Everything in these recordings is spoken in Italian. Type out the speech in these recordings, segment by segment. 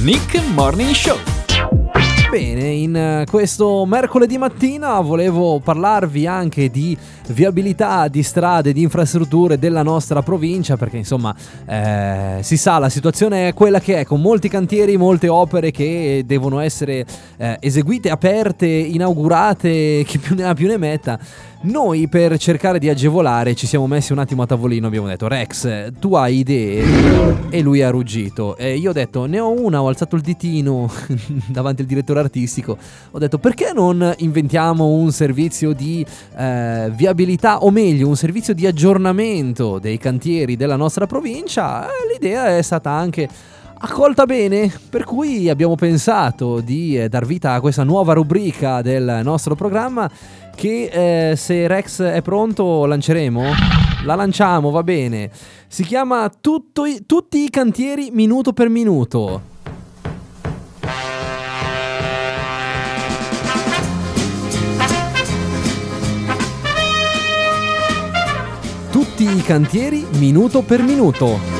Nick Morning Show. Bene, in questo mercoledì mattina volevo parlarvi anche di viabilità, di strade, di infrastrutture della nostra provincia, perché insomma si sa, la situazione è quella che è, con molti cantieri, molte opere che devono essere eseguite, aperte, inaugurate, chi più ne ha più ne metta. Noi, per cercare di agevolare, ci siamo messi un attimo a tavolino, abbiamo detto: Rex, tu hai idee? E lui ha ruggito e io ho detto: ne ho una, ho alzato il ditino davanti al direttore artistico, ho detto: perché non inventiamo un servizio di viabilità, o meglio un servizio di aggiornamento dei cantieri della nostra provincia? L'idea è stata anche accolta bene, per cui abbiamo pensato di dar vita a questa nuova rubrica del nostro programma che se Rex è pronto lanceremo? La lanciamo, va bene. Si chiama Tutti i cantieri minuto per minuto. Tutti i cantieri minuto per minuto.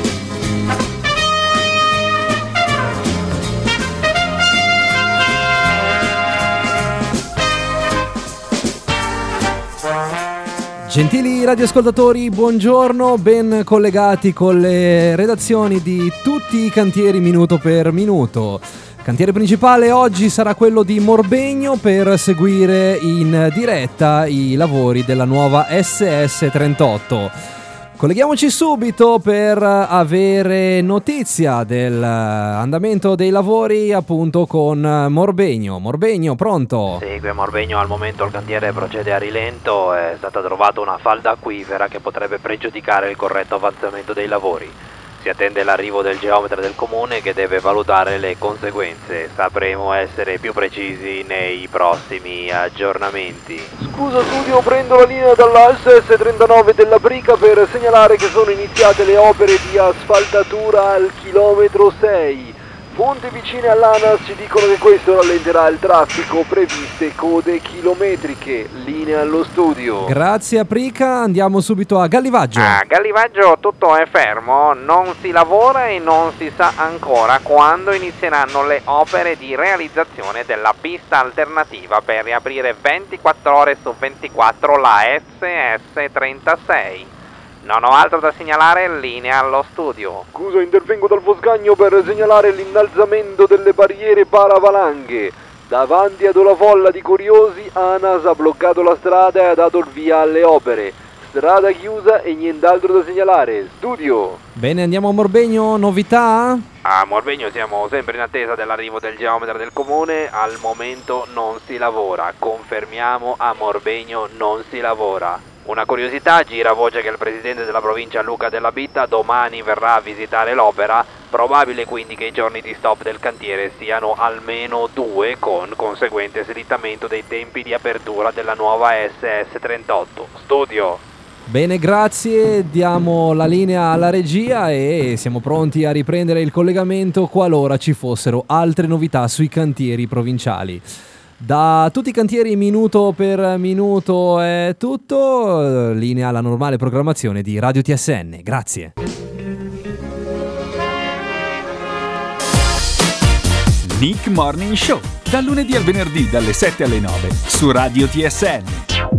Gentili radioascoltatori, buongiorno, ben collegati con le redazioni di Tutti i cantieri minuto per minuto. Cantiere principale oggi sarà quello di Morbegno per seguire in diretta i lavori della nuova SS38. Colleghiamoci subito per avere notizia dell'andamento dei lavori appunto con Morbegno. Morbegno, pronto? Sì, qui a Morbegno al momento il cantiere procede a rilento, è stata trovata una falda acquifera che potrebbe pregiudicare il corretto avanzamento dei lavori. Si attende l'arrivo del geometra del comune che deve valutare le conseguenze. Sapremo essere più precisi nei prossimi aggiornamenti. Scusa studio, prendo la linea dalla SS39 della Brica per segnalare che sono iniziate le opere di asfaltatura al chilometro 6. Fonti vicine all'ANAS ci dicono che questo rallenterà il traffico, previste code chilometriche. Linea allo studio. Grazie a Prica, andiamo subito a Gallivaggio. A Gallivaggio tutto è fermo, non si lavora e non si sa ancora quando inizieranno le opere di realizzazione della pista alternativa per riaprire 24 ore su 24 la SS36. Non ho altro da segnalare, linea allo studio. Scusa, intervengo dal Foscagno per segnalare l'innalzamento delle barriere paravalanghe. Davanti ad una folla di curiosi, ANAS ha bloccato la strada e ha dato il via alle opere. Strada chiusa e nient'altro da segnalare. Studio. Bene, andiamo a Morbegno, novità? A Morbegno siamo sempre in attesa dell'arrivo del geometra del comune, al momento non si lavora, confermiamo, a Morbegno non si lavora. Una curiosità, gira voce che il presidente della provincia Luca Della Bitta domani verrà a visitare l'opera, probabile quindi che i giorni di stop del cantiere siano almeno 2, con conseguente slittamento dei tempi di apertura della nuova SS38. Studio. Bene, grazie, diamo la linea alla regia e siamo pronti a riprendere il collegamento qualora ci fossero altre novità sui cantieri provinciali. Da tutti i cantieri minuto per minuto è tutto, linea alla normale programmazione di Radio TSN, grazie. Nick Morning Show, dal lunedì al venerdì dalle 7 alle 9 su Radio TSN.